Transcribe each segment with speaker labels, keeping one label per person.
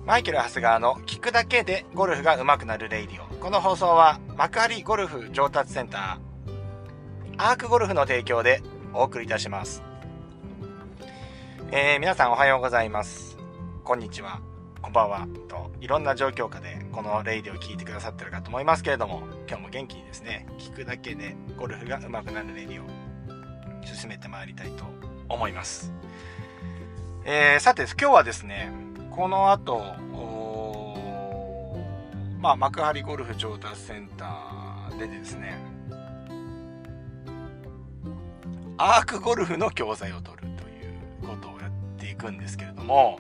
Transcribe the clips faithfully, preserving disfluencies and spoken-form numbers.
Speaker 1: マイケル・長谷川の聞くだけでゴルフが上手くなるレイディオ。この放送は幕張ゴルフ上達センターアークゴルフの提供でお送りいたします。えー、皆さんおはようございます。こんにちは、こんばんはといろんな状況下でこのレイディオを聞いてくださってるかと思いますけれども、今日も元気にですね、聞くだけでゴルフが上手くなるレイディオを進めてまいりたいと思います。えー、さて今日はですね、この後、まあ、幕張ゴルフ上達センターでですね、アークゴルフの教材を取るということをやっていくんですけれども、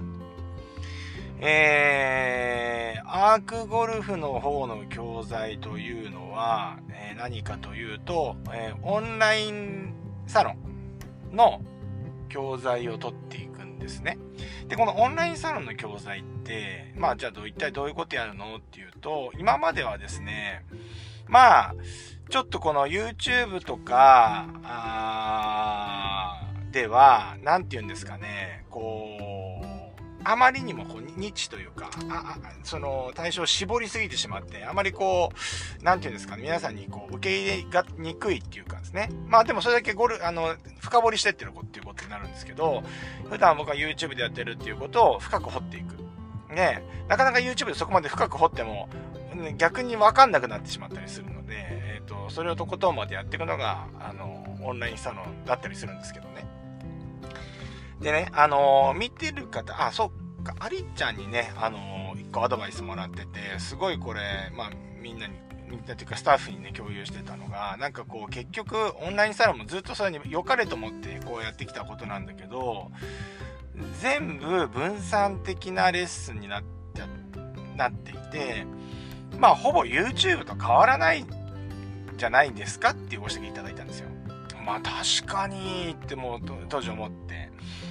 Speaker 1: えー、アークゴルフの方の教材というのは、えー、何かというと、えー、オンラインサロンの教材を取っていくんですね。で、このオンラインサロンの教材って、まあじゃあどう一体どういうことやるのっていうと、今まではですね、まあちょっとこの YouTube とかあではなんて言うんですかね、こうあまりにもこうニッチというか、ああその対象を絞りすぎてしまって、あまりこうなんて言うんですかね、皆さんにこう受け入れがにくいっていうかですね。まあでもそれだけゴルあの深掘りしてってるっていうことになるんですけど、普段僕は YouTube でやってるっていうことを深く掘っていく。ね、なかなか YouTube でそこまで深く掘っても逆に分かんなくなってしまったりするので、えっとそれをとことんまでやっていくのがあのオンラインサロンだったりするんですけどね。でね、あのー、見てる方、あ、そっか、アリちゃんにね、あのー、一個アドバイスもらってて、すごいこれ、まあ、みんなに、みんなというかスタッフにね、共有してたのが、なんかこう、結局、オンラインサロンもずっとそれに良かれと思って、こうやってきたことなんだけど、全部分散的なレッスンになっちゃ、なっていて、まあ、ほぼ YouTube と変わらないんじゃないんですかっていうご指摘いただいたんですよ。まあ、確かに、ってもう、当時思って、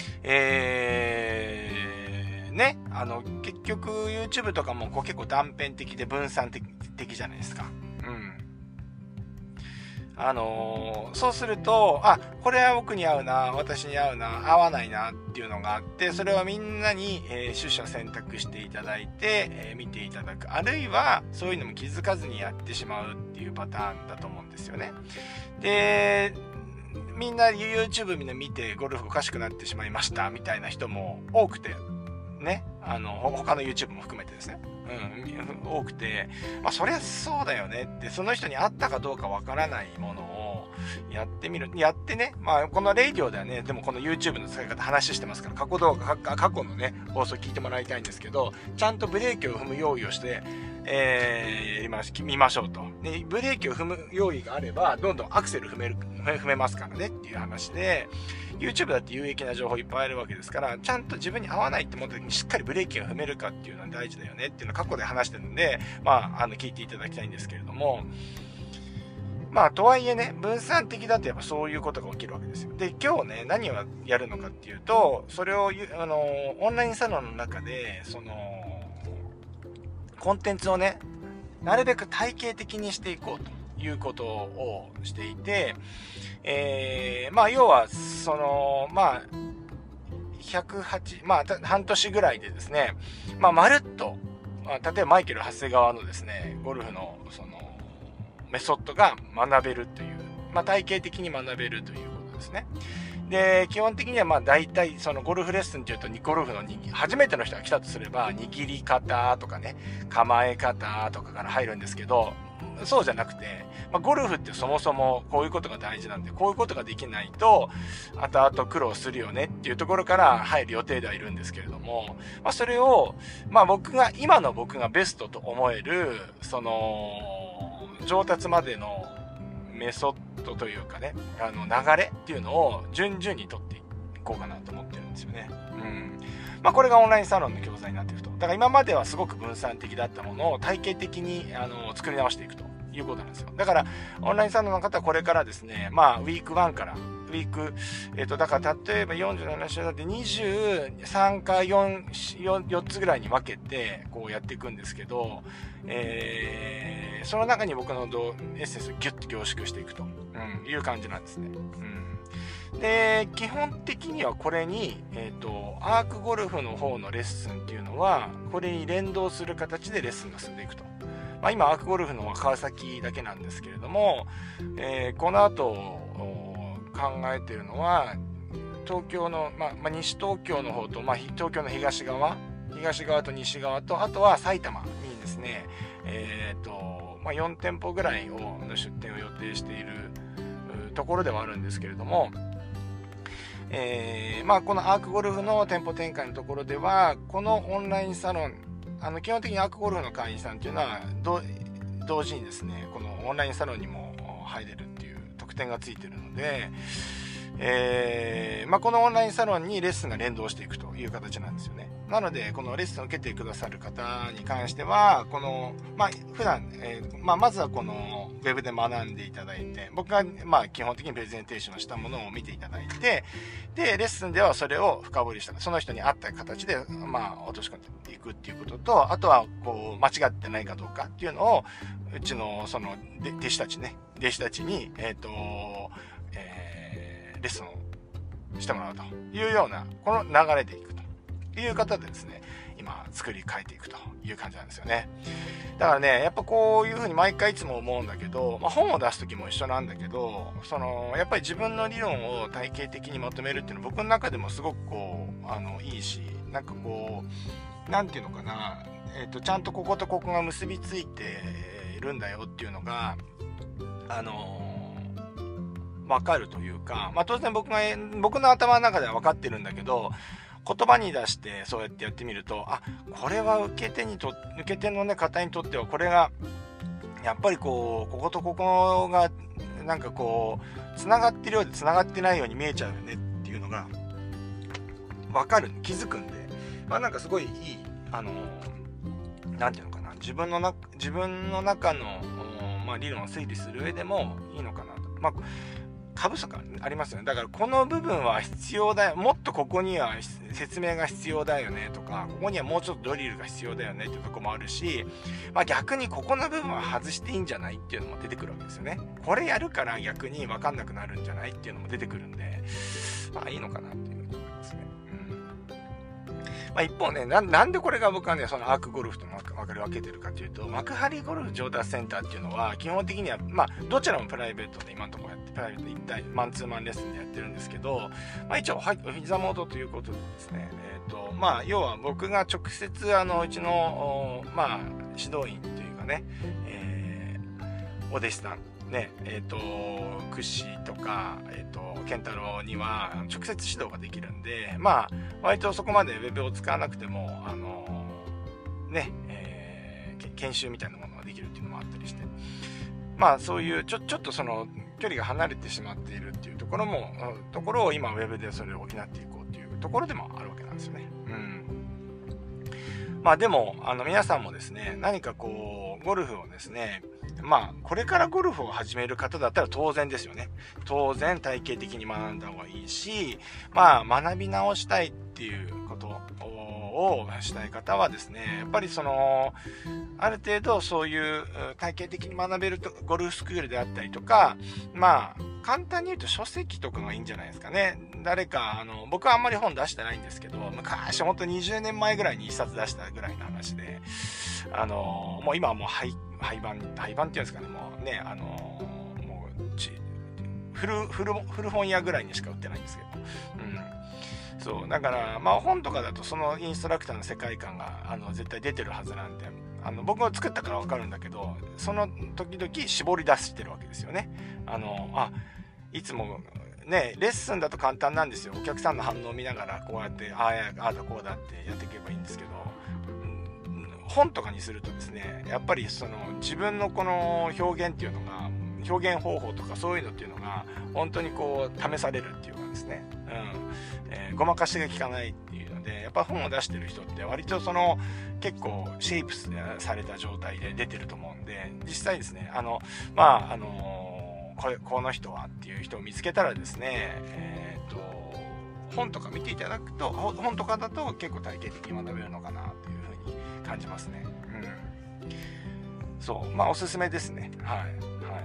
Speaker 1: えー、ね、あの、結局 YouTube とかもこう結構断片的で分散的、的じゃないですか。うん。あのー、そうすると、あ、これは僕に合うな、私に合うな、合わないなっていうのがあって、それをみんなに、えー、取捨選択していただいて、えー、見ていただく。あるいは、そういうのも気づかずにやってしまうっていうパターンだと思うんですよね。で、みんな YouTube みんな見てゴルフおかしくなってしまいましたみたいな人も多くてね、あの他の YouTube も含めてですね、うん、多くて、まあそりゃそうだよねって、その人に合ったかどうかわからないものをやってみる、やってね、まあこのレイディオではね、でもこの YouTube の使い方話してますから、過去動画、過去のね放送聞いてもらいたいんですけど、ちゃんとブレーキを踏む用意をしてえー、今見ましょうと。で、ブレーキを踏む用意があれば、どんどんアクセル踏める、踏めますからねっていう話で、YouTube だって有益な情報いっぱいあるわけですから、ちゃんと自分に合わないって思った時にしっかりブレーキが踏めるかっていうのは大事だよねっていうのを過去で話してるんで、まあ、あの、聞いていただきたいんですけれども、まあ、とはいえね、分散的だとやっぱそういうことが起きるわけですよ。で、今日ね、何をやるのかっていうと、それを、あの、オンラインサロンの中で、その、コンテンツをね、なるべく体系的にしていこうということをしていて、えー、まあ要はそのまあひゃくはち、まあ半年ぐらいでですね、まあまるっと、まあ、例えばマイケル長谷川のですね、ゴルフのそのメソッドが学べるという、まあ体系的に学べるということですね。で、基本的にはまあ大体そのゴルフレッスンっていうとゴルフの初めての人が来たとすれば握り方とかね、構え方とかから入るんですけど、そうじゃなくて、まあ、ゴルフってそもそもこういうことが大事なんで、こういうことができないと後々苦労するよねっていうところから入る予定ではいるんですけれども、まあ、それをまあ僕が今の僕がベストと思えるその上達までのメソッドというかね、あの流れっていうのを順々に取っていこうかなと思ってるんですよね。うん。まあこれがオンラインサロンの教材になっていると。だから今まではすごく分散的だったものを体系的にあの作り直していくということなんですよ。だからオンラインサロンの方はこれからですね、まあウィークワンからウィーク、えっとだから例えばよんじゅうなな週だってにじゅうさんかよん、よっつぐらいに分けてこうやっていくんですけど、えー、その中に僕のエッセンスをギュッと凝縮していくと、うん、いう感じなんですね。うんで、基本的にはこれに、えっと、アークゴルフの方のレッスンっていうのは、これに連動する形でレッスンが進んでいくと。まあ、今、アークゴルフのは川崎だけなんですけれども、えー、この後、考えているのは、東京の、まあ、まあ、西東京の方と、まあ、東京の東側、東側と西側と、あとは埼玉にですね、えっと、まあ、よん店舗ぐらいをの出店を予定しているところではあるんですけれども、えー、まあこのアークゴルフの店舗展開のところでは、このオンラインサロン、あの基本的にアークゴルフの会員さんっていうのは同時にですね、このオンラインサロンにも入れるっていう特典がついてるので、えーまあ、このオンラインサロンにレッスンが連動していくという形なんですよね。なのでこのレッスンを受けてくださる方に関しては、この、まあ、普段、えーまあ、まずはこのウェブで学んでいただいて、僕がまあ基本的にプレゼンテーションしたものを見ていただいて、でレッスンではそれを深掘りした、その人に合った形で、まあ、落とし込んでいくっていうことと、あとはこう間違ってないかどうかっていうのをうちのその弟子たちね弟子たちにえっと、えー、レッスンをしてもらうというようなこの流れでいくという方でですね、今作り変えていくという感じなんですよね。だからね、やっぱこういうふうに毎回いつも思うんだけど、まあ、本を出す時も一緒なんだけど、そのやっぱり自分の理論を体系的にまとめるっていうのは僕の中でもすごくこうあのいいし、なんかこうなんていうのかな、えーと、ちゃんとこことここが結びついているんだよっていうのがあのー、分かるというか、まあ、当然僕が僕の頭の中では分かってるんだけど、言葉に出してそうやってやってみると、あ、これは受け手にと受け手のね方にとってはこれがやっぱりこうこことここがなんかこうつながってるようでつながってないように見えちゃうよねっていうのが分かる、気づくんで、まあなんかすごいいい、あのなんていうのかな、自分のな自分の中の、まあ、理論を整理する上でもいいのかなと。まあ株とかありますよね。だからこの部分は必要だよ、もっとここには説明が必要だよねとか、ここにはもうちょっとドリルが必要だよねっていうところもあるし、まあ逆にここの部分は外していいんじゃないっていうのも出てくるわけですよね。これやるから逆に分かんなくなるんじゃないっていうのも出てくるんで、まあいいのかなっていうふうに思いますね。まあ、一方ねな、なんでこれが僕はね、そのアークゴルフと分かり分けてるかというと、幕張ゴルフ上達センターっていうのは、基本的には、まあ、どちらもプライベートで今のところやって、プライベートいち対マンツーマンレッスンでやってるんですけど、まあ、一応、はい、お膝元ということでですね、えっと、まあ、要は僕が直接、あの、うちの、まあ、指導員というかね、えー、お弟子さん、ね、えっと、クッシーとか、えっと、ケンタロウには直接指導ができるんで、まあ、割とそこまでウェブを使わなくても、あの、ね、えー、研修みたいなものができるっていうのもあったりして、まあ、そういう、ちょ、ちょっとその、距離が離れてしまっているっていうところも、ところを今、ウェブでそれを補っていこうっていうところでもあるわけなんですよね。うん。まあ、でも、あの、皆さんもですね、何かこう、ゴルフをですね、まあ、これからゴルフを始める方だったら当然ですよね。当然体系的に学んだ方がいいし、まあ、学び直したいっていうことをしたい方はですね、やっぱりその、ある程度そういう体系的に学べるとゴルフスクールであったりとか、まあ、簡単に言うと書籍とかがいいんじゃないですかね。誰か、あの、僕はあんまり本出してないんですけど、昔、ほんとにじゅうねんまえぐらいに一冊出したぐらいの話で、あの、もう今はもう廃、廃盤、廃盤っていうんですかね、もうね、あの、もうち、古、古、古本屋ぐらいにしか売ってないんですけど、うん。そう、だから、まあ本とかだとそのインストラクターの世界観が、あの、絶対出てるはずなんで、あの、僕が作ったからわかるんだけど、その時々絞り出してるわけですよね。あの、あ、いつも、ね、レッスンだと簡単なんですよ。お客さんの反応を見ながら、こうやって、ああや、ああだこうだってやっていけばいいんですけど、本とかにするとですね、やっぱりその自分のこの表現っていうのが、表現方法とかそういうのっていうのが本当にこう試されるっていうかですね、うん、えー、ごまかしが効かないっていうので、やっぱ本を出してる人って割とその結構シェイプされた状態で出てると思うんで、実際ですね、あのまああのこれこの人はっていう人を見つけたらですね、えー、っと本とか見ていただくと、本とかだと結構体系的に学べるのかなっていうふうに感じますね。うん。そう、まあおすすめですね。はいはい。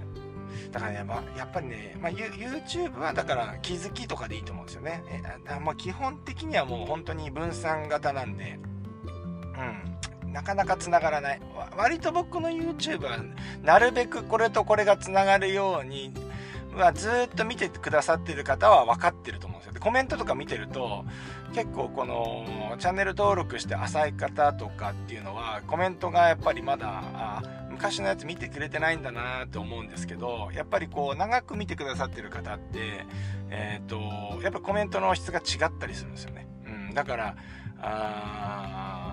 Speaker 1: だからね、まあ、やっぱりね、まあ、YouTube はだから気づきとかでいいと思うんですよね。えまあ、基本的にはもう本当に分散型なんで、うん、なかなか繋がらない。割と僕の YouTube はなるべくこれとこれが繋がるように、まあ、ずっと見てくださってる方は分かってると思うんですよ。でコメントとか見てると結構このチャンネル登録して浅い方とかっていうのはコメントがやっぱりまだあ昔のやつ見てくれてないんだなと思うんですけど、やっぱりこう長く見てくださってる方ってえっとやっぱコメントの質が違ったりするんですよね。うん、だからあ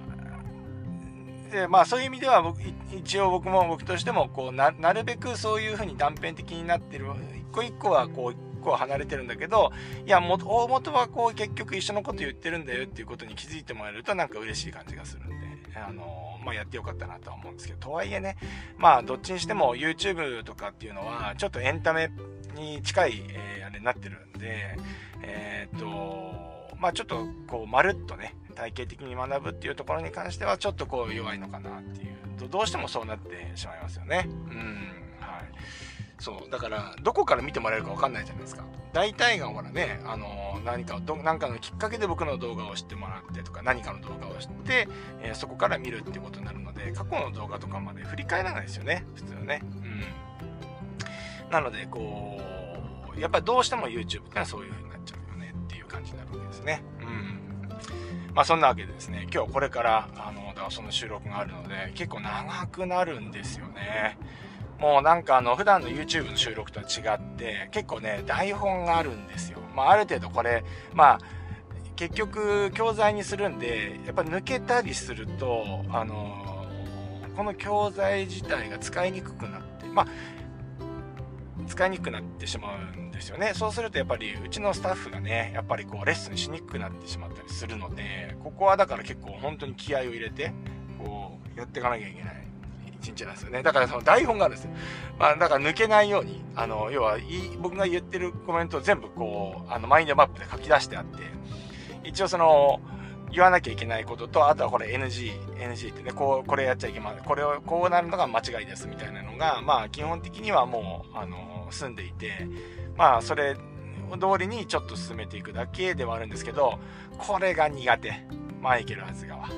Speaker 1: でまあそういう意味では僕一応僕も僕としてもこう な, なるべくそういう風に断片的になってる一個一個はこう一個は離れてるんだけど、いやも大元はこう結局一緒のこと言ってるんだよっていうことに気づいてもらえるとなんか嬉しい感じがするんで、あのまあやってよかったなとは思うんですけど、とはいえね、まあどっちにしても YouTube とかっていうのはちょっとエンタメに近い、えー、あれになってるんで、えー、っとまあちょっとこうまるっとね体系的に学ぶっていうところに関してはちょっとこう弱いのかなっていうどうしてもそうなってしまいますよね。うん、はい。そうだからどこから見てもらえるか分かんないじゃないですか。大体がほらね、あの何かど何かのきっかけで僕の動画を知ってもらってとか何かの動画を知って、えー、そこから見るっていうことになるので、過去の動画とかまで振り返らないですよね普通ね。うん。なのでこうやっぱりどうしても YouTube ってのはそういう風になっちゃうよねっていう感じになるわけですね。うん。まあそんなわけでですね、今日これからあのだからその収録があるので結構長くなるんですよね。もうなんかあの普段の YouTube の収録とは違って結構ね台本があるんですよ。まあある程度これまあ結局教材にするんでやっぱ抜けたりするとあのこの教材自体が使いにくくなってまあ使いにくくなってしまうんですよね。そうするとやっぱりうちのスタッフがねやっぱりこうレッスンしにくくなってしまったりするので、ここはだから結構本当に気合を入れてこうやっていかなきゃいけない一日なんですよね。だからその台本があるんですよ。まあだから抜けないようにあの要はい僕が言ってるコメントを全部こうあのマインドマップで書き出してあって、一応その言わなきゃいけないことと、あとはこれ エヌジー エヌジー ってねこうこれやっちゃいけません、これをこうなるのが間違いですみたいなのがまあ基本的にはもうあの済んでいて、まあそれ通りにちょっと進めていくだけではあるんですけど、これが苦手。マイケル長谷川。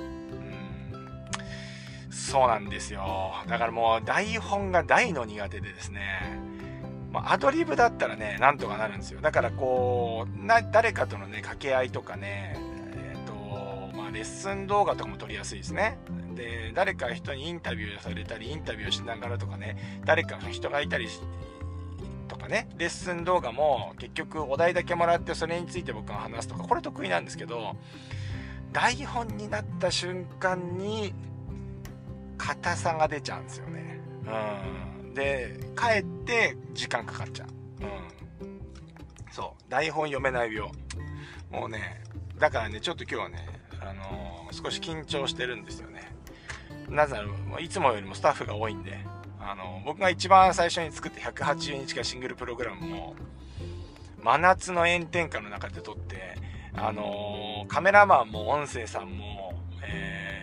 Speaker 1: そうなんですよ。だからもう台本が大の苦手でですね、まあ、アドリブだったらねなんとかなるんですよ。だからこうな誰かとのね掛け合いとかね、えーとまあ、レッスン動画とかも撮りやすいですね。で誰か人にインタビューされたりインタビューしながらとかね、誰かの人がいたりとかね、レッスン動画も結局お題だけもらってそれについて僕が話すとかこれ得意なんですけど、台本になった瞬間に硬さが出ちゃうんですよね。うん。で、かえって時間かかっちゃう。うん。そう。台本読めない病。もうね、だからね、ちょっと今日はね、あのー、少し緊張してるんですよね。なぜなら、いつもよりもスタッフが多いんで、あのー、僕が一番最初に作ってひゃくはちじゅうにちかシングルプログラムも、真夏の炎天下の中で撮って、あのー、カメラマンも音声さんも、えー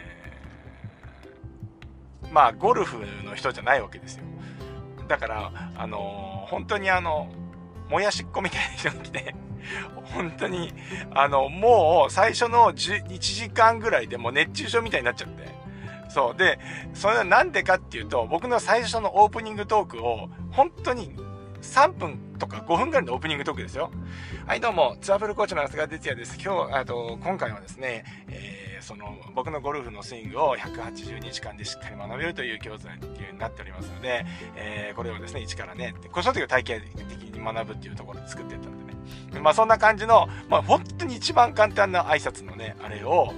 Speaker 1: まあゴルフの人じゃないわけですよ。だからあのー、本当にあのもやしっこみたいな人が来て本当にあのもう最初のいちじかんぐらいでもう熱中症みたいになっちゃって、そうでそれはなんでかっていうと、僕の最初のオープニングトークを本当にさんぷんとかごふんぐらいのオープニングトークですよ。はいどうもツアープルコーチの長谷川哲也です。今日あと今回はですね、えー、その僕のゴルフのスイングをひゃくはちじゅうにちかんでしっかり学べるという教材になっておりますので、えー、これをですね一からねこれその時は体系的に学ぶっていうところで作っていったんでね、まあそんな感じのまあ本当に一番簡単な挨拶のねあれを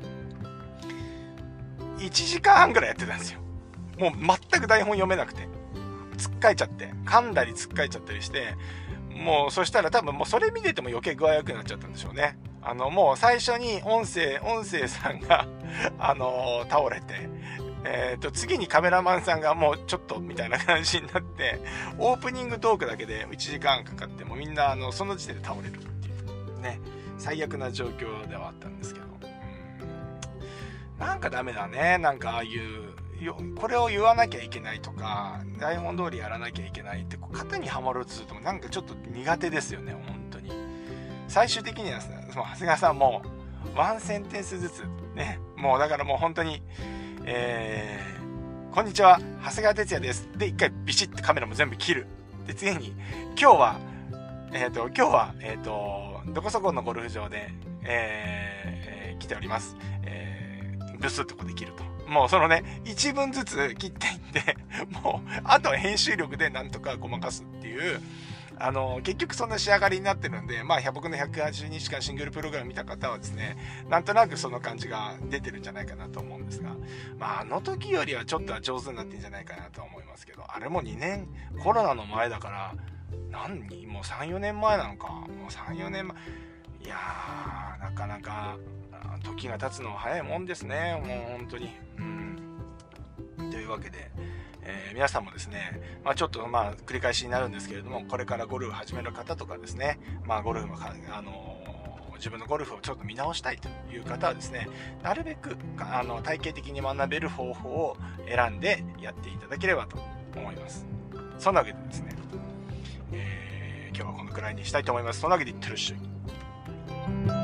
Speaker 1: いちじかんはんぐらいやってたんですよ。もう全く台本読めなくてつっかえちゃって噛んだりつっかえちゃったりして、もうそしたら多分もうそれ見てても余計具合良くなっちゃったんでしょうね。あのもう最初に音声音声さんがあのー、倒れて、えーと次にカメラマンさんがもうちょっとみたいな感じになって、オープニングトークだけでいちじかんかかってもみんなあのその時点で倒れるっていうね最悪な状況ではあったんですけど、うんなんかダメだね。なんかああいうよこれを言わなきゃいけないとか台本通りやらなきゃいけないってこう型にはまろうとするとなんかちょっと苦手ですよね本当に。最終的にはですね、長谷川さんもワンセンテンスずつね、もうだからもう本当に、えー、こんにちは長谷川哲也ですで一回ビシッてカメラも全部切る。で次に今日はえっ、ー、と今日はえっ、ー、とどこそこのゴルフ場で、えーえー、来ております。えー、ブスッとこで切ると。もうそのね一文ずつ切っていってもうあとは編集力でなんとかごまかすっていうあの結局そんな仕上がりになってるんで、まあ僕のひゃくはちじゅうにちかんシングルプログラム見た方はですねなんとなくその感じが出てるんじゃないかなと思うんですが、まああの時よりはちょっとは上手になってんじゃないかなと思いますけど、あれもにねんコロナの前だから何もう さんよねんまえなのか、もう さんよねんまえ、いやーなかなか時が経つのは早いもんですねもう本当に。うんというわけで、えー、皆さんもですね、まあ、ちょっとまあ繰り返しになるんですけれども、これからゴルフを始める方とかですね、まあゴルフのあのー、自分のゴルフをちょっと見直したいという方はですね、なるべくあの体系的に学べる方法を選んでやっていただければと思います。そんなわけでですね、えー、今日はこのくらいにしたいと思います。そんなわけでいってらっしゃい。